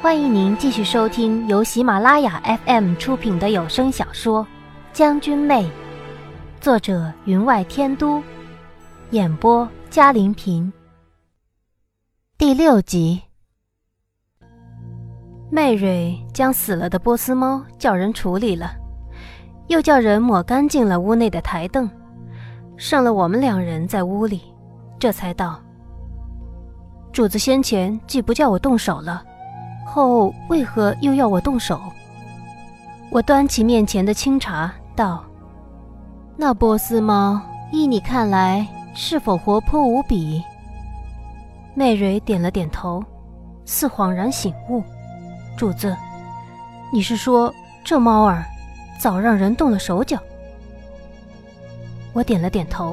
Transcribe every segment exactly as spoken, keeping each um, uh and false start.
欢迎您继续收听由喜马拉雅 F M 出品的有声小说《将军妹》，作者云外天都，演播嘉玲平。第六集。媚蕊将死了的波斯猫叫人处理了，又叫人抹干净了屋内的台凳，剩了我们两人在屋里，这才道：主子先前既不叫我动手了，后为何又要我动手？我端起面前的清茶道：那波斯猫依你看来是否活泼无比？媚蕊点了点头，似恍然醒悟：主子，你是说这猫儿早让人动了手脚？我点了点头。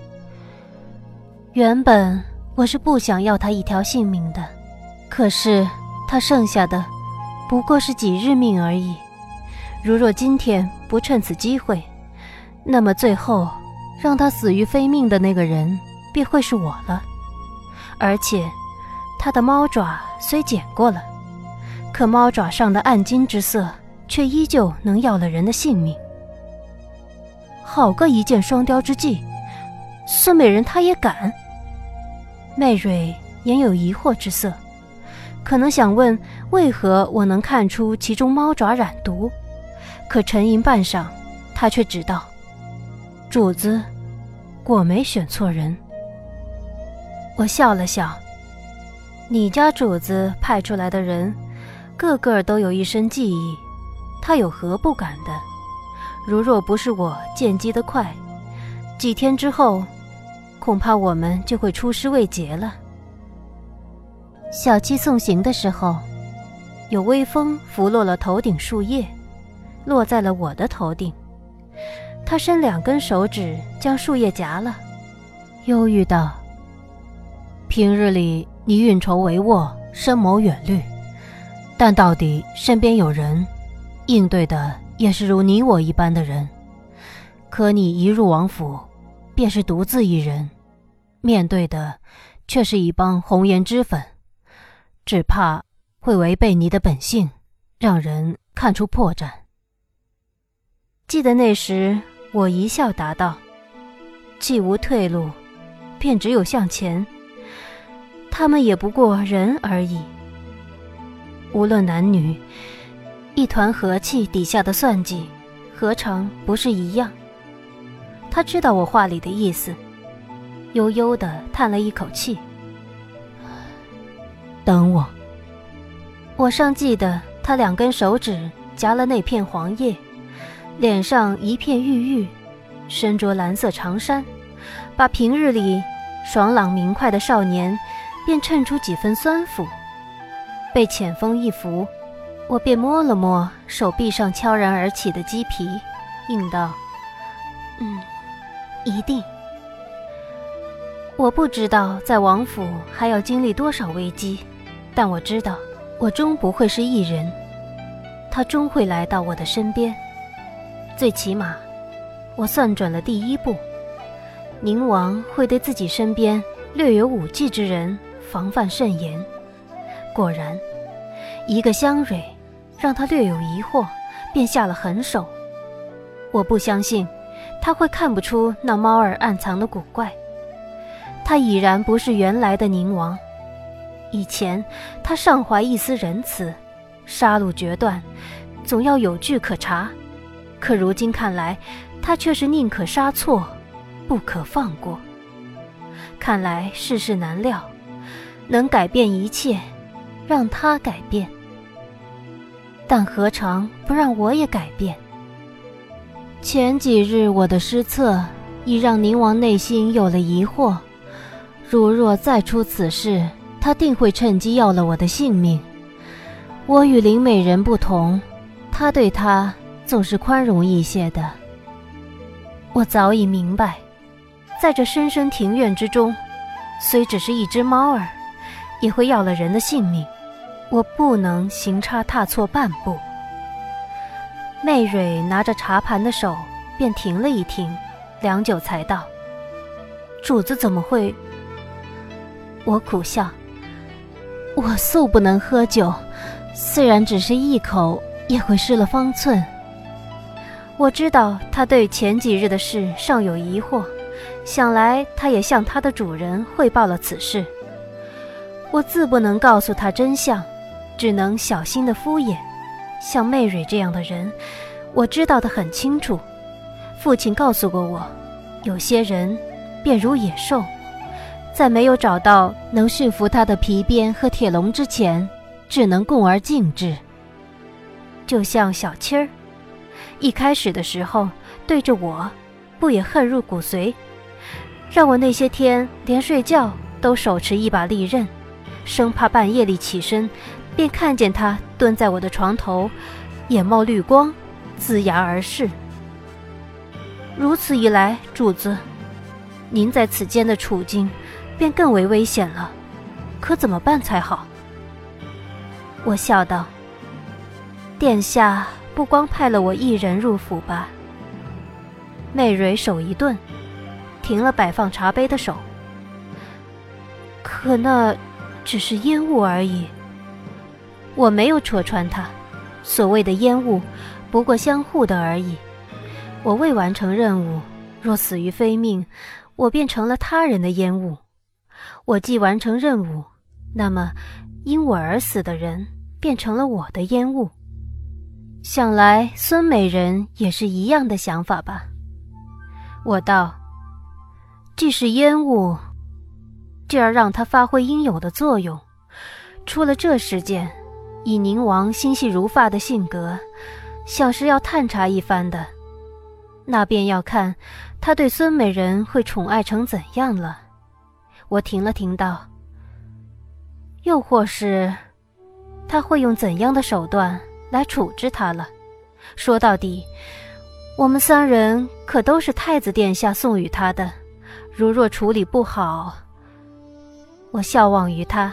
原本我是不想要它一条性命的，可是他剩下的不过是几日命而已，如若今天不趁此机会，那么最后让他死于非命的那个人便会是我了。而且他的猫爪虽剪过了，可猫爪上的暗金之色却依旧能要了人的性命。好个一箭双雕之计，孙美人她也敢？媚蕊也有疑惑之色，可能想问为何我能看出其中猫爪染毒，可沉吟半晌，他却只道：主子果没选错人。我笑了笑，你家主子派出来的人个个都有一身技艺，他有何不敢的？如若不是我见机得快，几天之后恐怕我们就会出师未捷了。小七送行的时候，有微风拂落了头顶树叶，落在了我的头顶。他伸两根手指将树叶夹了，忧郁道：平日里你运筹帷幄，深谋远虑，但到底身边有人，应对的也是如你我一般的人。可你一入王府，便是独自一人，面对的却是一帮红颜脂粉，只怕会违背你的本性，让人看出破绽。记得那时我一笑答道：既无退路，便只有向前，他们也不过人而已。无论男女，一团和气底下的算计何尝不是一样？他知道我话里的意思，悠悠地叹了一口气：等我。我尚记得他两根手指夹了那片黄叶，脸上一片郁郁，身着蓝色长衫，把平日里爽朗明快的少年便衬出几分酸腐。被浅风一拂，我便摸了摸手臂上悄然而起的鸡皮，应道：嗯，一定。我不知道在王府还要经历多少危机，但我知道我终不会是一人，他终会来到我的身边。最起码我算准了第一步，宁王会对自己身边略有武技之人防范甚严。果然一个香蕊让他略有疑惑，便下了狠手。我不相信他会看不出那猫儿暗藏的古怪，他已然不是原来的宁王。以前他尚怀一丝仁慈，杀戮决断，总要有据可查，可如今看来，他却是宁可杀错，不可放过。看来世事难料，能改变一切，让他改变，但何尝不让我也改变？前几日我的失策已让宁王内心有了疑惑，如若再出此事，他定会趁机要了我的性命。我与林美人不同，他对他总是宽容一些的。我早已明白，在这深深庭院之中，虽只是一只猫儿，也会要了人的性命，我不能行差踏错半步。媚蕊拿着茶盘的手便停了一停，良久才道：主子怎么会？我苦笑：我素不能喝酒， 虽然只是一口，也会失了方寸。我知道他对前几日的事尚有疑惑，想来他也向他的主人汇报了此事。我自不能告诉他真相，只能小心地敷衍。像媚蕊这样的人，我知道得很清楚。父亲告诉过我，有些人便如野兽，在没有找到能驯服他的皮鞭和铁笼之前，只能共而静之。就像小七儿，一开始的时候对着我，不也恨入骨髓，让我那些天连睡觉都手持一把利刃，生怕半夜里起身，便看见他蹲在我的床头，眼冒绿光，龇牙而视。如此一来，主子，您在此间的处境便更为危险了，可怎么办才好？我笑道：殿下不光派了我一人入府吧？媚蕊手一顿，停了摆放茶杯的手。可那只是烟雾而已。我没有戳穿他，所谓的烟雾不过相互的而已。我未完成任务，若死于非命，我便成了他人的烟雾。我既完成任务，那么因我而死的人变成了我的烟雾。想来孙美人也是一样的想法吧？我道：既是烟雾，就要让它发挥应有的作用。出了这事件，以宁王心细如发的性格，想是要探查一番的，那便要看他对孙美人会宠爱成怎样了。我停了停道：又或是他会用怎样的手段来处置他了。说到底，我们三人可都是太子殿下送与他的，如若处理不好……我笑望于他：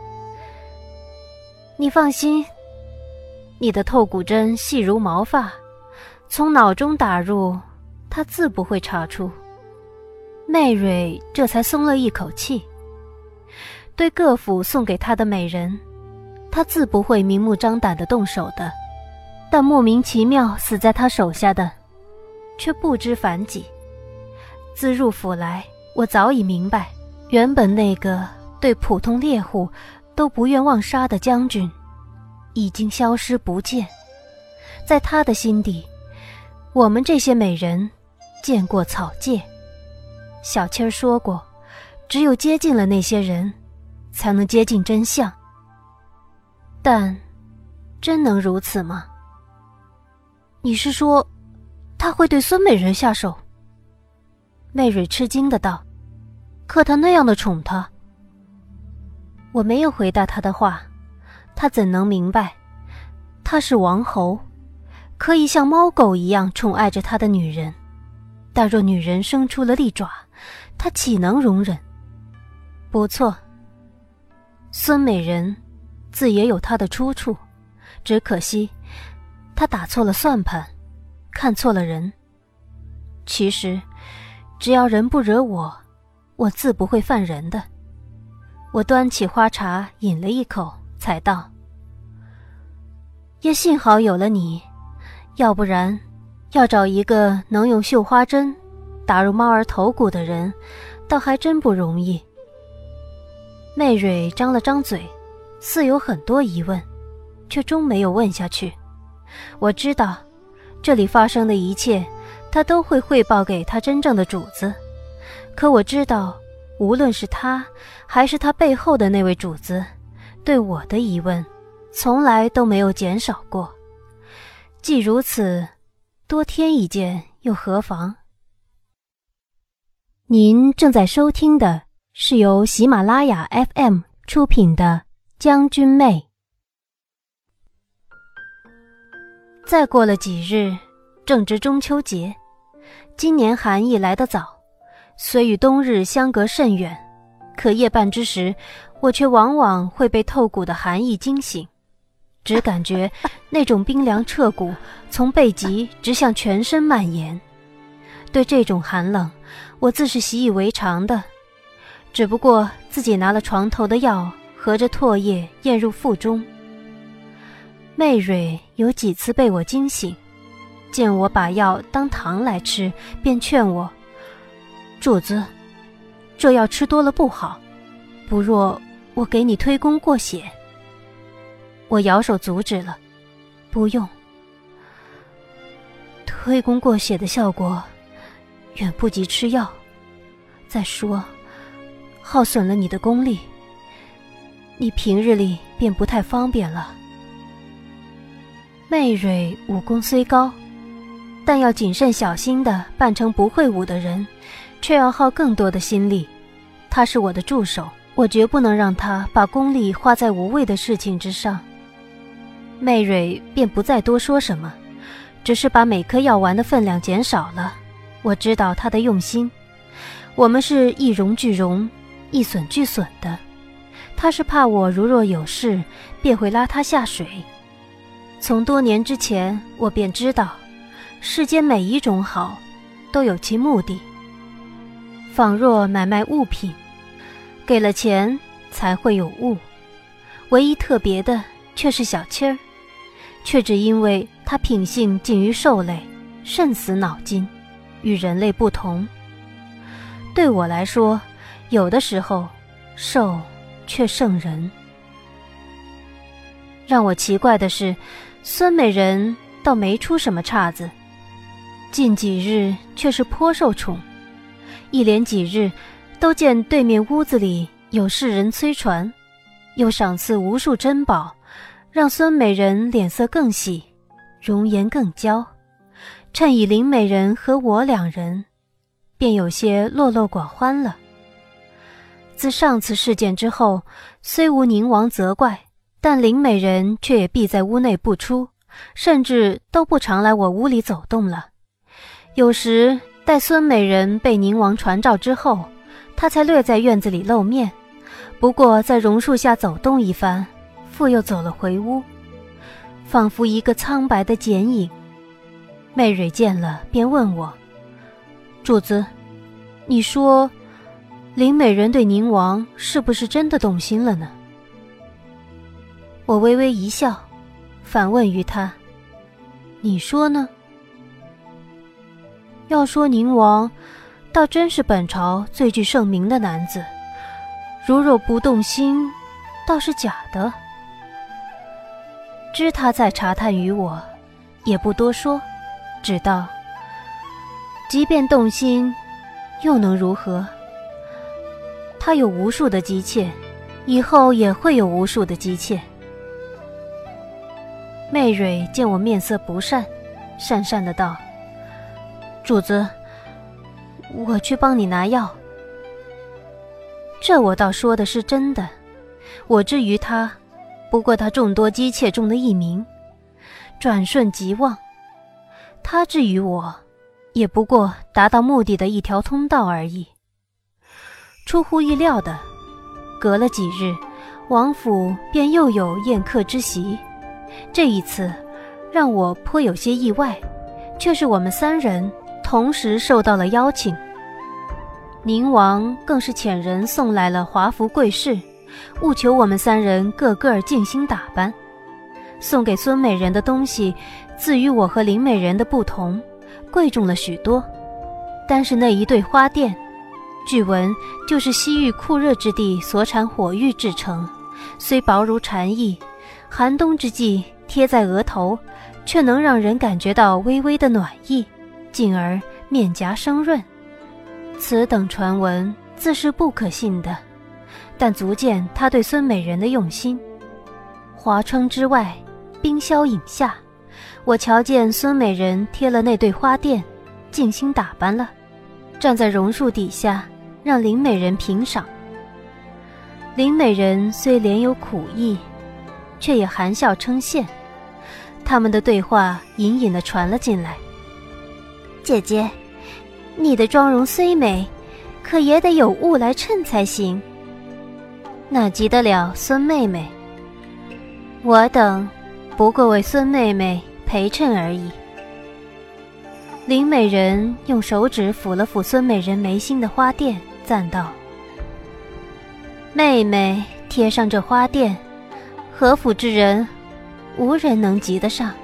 你放心，你的透骨针细如毛发，从脑中打入，他自不会查出。媚蕊这才松了一口气。对各府送给他的美人，他自不会明目张胆地动手的，但莫名其妙死在他手下的，却不知反几。自入府来，我早已明白，原本那个对普通猎户都不愿妄杀的将军，已经消失不见。在他的心底，我们这些美人见过草芥。小七儿说过，只有接近了那些人，才能接近真相。但真能如此吗？你是说他会对孙美人下手？媚蕊吃惊的道：可他那样的宠她。我没有回答他的话，他怎能明白，他是王侯，可以像猫狗一样宠爱着他的女人，但若女人生出了利爪，他岂能容忍？不错，孙美人自也有她的出处，只可惜她打错了算盘，看错了人。其实只要人不惹我，我自不会犯人的。我端起花茶饮了一口，才道：也幸好有了你，要不然要找一个能用绣花针打入猫儿头骨的人，倒还真不容易。媚蕊张了张嘴，似有很多疑问，却终没有问下去。我知道这里发生的一切，他都会汇报给他真正的主子，可我知道无论是他还是他背后的那位主子，对我的疑问从来都没有减少过。既如此，多添一件又何妨？您正在收听的是由喜马拉雅 F M 出品的《将军妹》。再过了几日，正值中秋节。今年寒意来得早，虽与冬日相隔甚远，可夜半之时，我却往往会被透骨的寒意惊醒，只感觉那种冰凉彻骨从背脊直向全身蔓延。对这种寒冷，我自是习以为常的，只不过自己拿了床头的药，合着唾液咽入腹中。 媚蕊有几次被我惊醒，见我把药当糖来吃，便劝我：主子，这药吃多了不好，不若我给你推功过血。我摇手阻止了，不用，推功过血的效果远不及吃药，再说耗损了你的功力，你平日里便不太方便了。媚蕊武功虽高，但要谨慎小心地扮成不会武的人，却要耗更多的心力。他是我的助手，我绝不能让他把功力花在无谓的事情之上。媚蕊便不再多说什么，只是把每颗药丸的分量减少了。我知道他的用心，我们是一荣俱荣，一损俱损的。他是怕我如若有事，便会拉他下水。从多年之前，我便知道，世间每一种好，都有其目的。仿若买卖物品，给了钱才会有物，唯一特别的却是小七儿，却只因为他品性近于兽类，甚死脑筋，与人类不同。对我来说，有的时候兽却胜人。让我奇怪的是，孙美人倒没出什么岔子，近几日却是颇受宠，一连几日都见对面屋子里有世人催传，又赏赐无数珍宝，让孙美人脸色更喜，容颜更娇。趁以林美人和我两人，便有些落落寡欢了。自上次事件之后，虽无宁王责怪，但林美人却也闭在屋内不出，甚至都不常来我屋里走动了。有时待孙美人被宁王传召之后，她才略在院子里露面，不过在榕树下走动一番，复又走了回屋，仿佛一个苍白的剪影。媚蕊见了便问我：主子，你说林美人对宁王是不是真的动心了呢？我微微一笑，反问于他：你说呢？要说宁王倒真是本朝最具盛名的男子，如若不动心，倒是假的。知他在查探于我，也不多说，只道：即便动心，又能如何？他有无数的姬妾，以后也会有无数的姬妾。媚蕊见我面色不善，讪讪的道：主子，我去帮你拿药。这我倒说的是真的，我至于他，不过他众多姬妾中的一名，转瞬即忘；他至于我，也不过达到目的的一条通道而已。出乎意料的，隔了几日，王府便又有宴客之席。这一次让我颇有些意外，却是我们三人同时受到了邀请。宁王更是遣人送来了华服贵饰，务求我们三人个个尽心打扮。送给孙美人的东西自与我和林美人的不同，贵重了许多。单是那一对花钿，据闻就是西域酷热之地所产火玉制成，虽薄如蝉翼，寒冬之际贴在额头，却能让人感觉到微微的暖意，进而面颊生润。此等传闻自是不可信的，但足见他对孙美人的用心。华窗之外，冰消影下，我瞧见孙美人贴了那对花钿，静心打扮了，站在榕树底下，让林美人评赏。林美人虽脸有苦意，却也含笑称羡。他们的对话隐隐地传了进来：姐姐，你的妆容虽美，可也得有物来衬才行，哪及得了孙妹妹？我等不过为孙妹妹陪衬而已。林美人用手指抚了抚孙美人眉心的花钿，赞道：妹妹贴上这花钿，何府之人无人能及得上。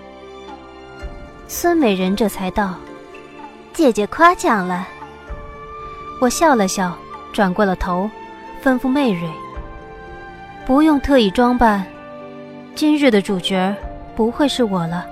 孙美人这才道：姐姐夸奖了。我笑了笑，转过了头，吩咐媚蕊：不用特意装扮，今日的主角不会是我了。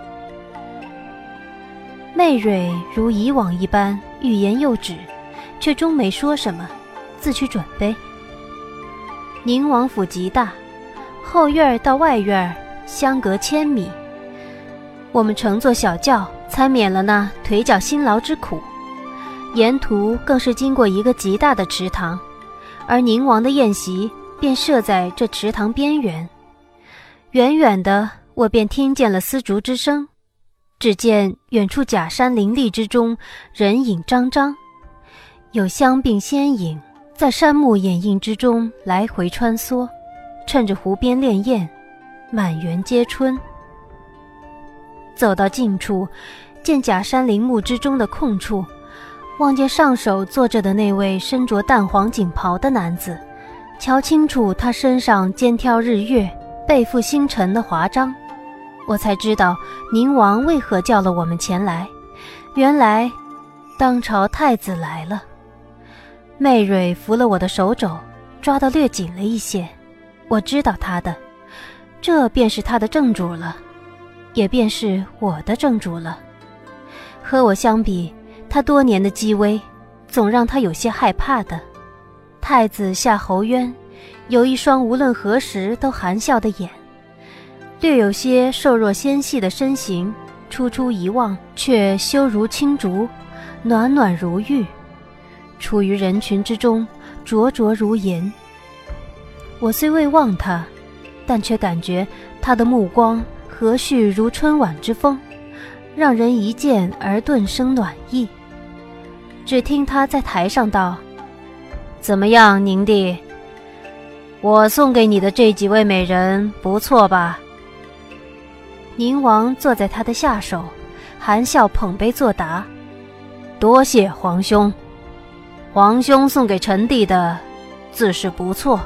媚蕊如以往一般欲言又止，却终没说什么，自去准备。宁王府极大，后院到外院相隔千米，我们乘坐小轿，才免了那腿脚辛劳之苦。沿途更是经过一个极大的池塘，而宁王的宴席便设在这池塘边缘。远远的，我便听见了丝竹之声，只见远处假山林立之中，人影张张，有香鬓仙影在山木掩映之中来回穿梭，趁着湖边潋滟，满园皆春。走到近处，见假山林木之中的空处，望见上首坐着的那位身着淡黄锦袍的男子，瞧清楚他身上肩挑日月，背负星辰的华章，我才知道宁王为何叫了我们前来，原来当朝太子来了。媚蕊扶了我的手肘，抓得略紧了一些，我知道他的，这便是他的正主了，也便是我的正主了。和我相比，他多年的积威总让他有些害怕的。太子夏侯渊有一双无论何时都含笑的眼，略有些瘦弱纤细的身形，初初一望却修如青竹，暖暖如玉，处于人群之中，灼灼如银。我虽未望他，但却感觉他的目光和煦如春晚之风，让人一见而顿生暖意。只听他在台上道：怎么样，宁弟，我送给你的这几位美人不错吧？宁王坐在他的下手，含笑捧杯作答：多谢皇兄，皇兄送给臣弟的自是不错。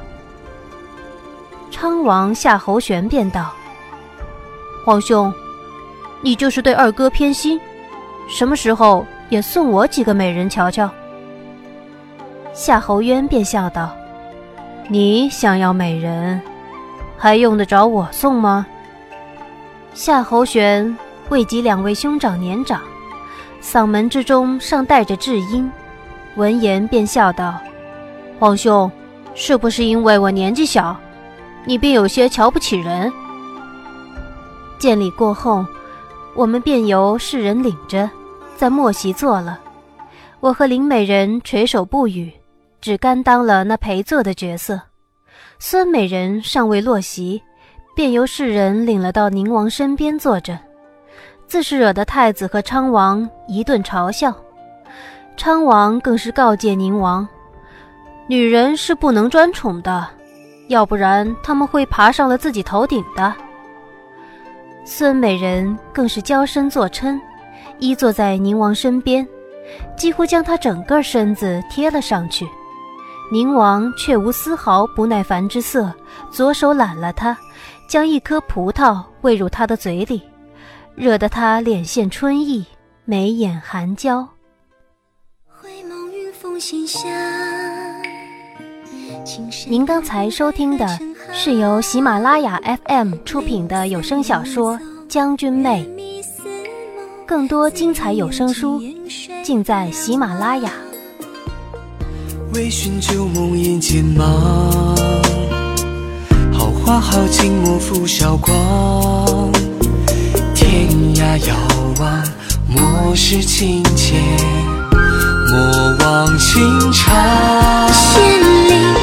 昌王夏侯玄便道：皇兄，你就是对二哥偏心，什么时候也送我几个美人瞧瞧？夏侯渊便笑道：你想要美人，还用得着我送吗？夏侯玄未及两位兄长年长，嗓门之中尚带着稚音，闻言便笑道：皇兄，是不是因为我年纪小，你便有些瞧不起人？见礼过后，我们便由世人领着在末席坐了。我和林美人垂手不语，只甘当了那陪坐的角色。孙美人尚未落席，便由世人领了到宁王身边坐着，自是惹得太子和昌王一顿嘲笑。昌王更是告诫宁王，女人是不能专宠的，要不然他们会爬上了自己头顶的。孙美人更是娇身坐嗔，依坐在宁王身边，几乎将他整个身子贴了上去。宁王却无丝毫不耐烦之色，左手揽了他，将一颗葡萄喂入他的嘴里，惹得他脸现春意，眉眼含娇。您刚才收听的是由喜马拉雅 F M 出品的有声小说《将军妹》，更多精彩有声书尽在喜马拉雅。 微醺旧梦眼间忙，好花好景莫负韶光，天涯遥望莫失情切，莫忘情长。千里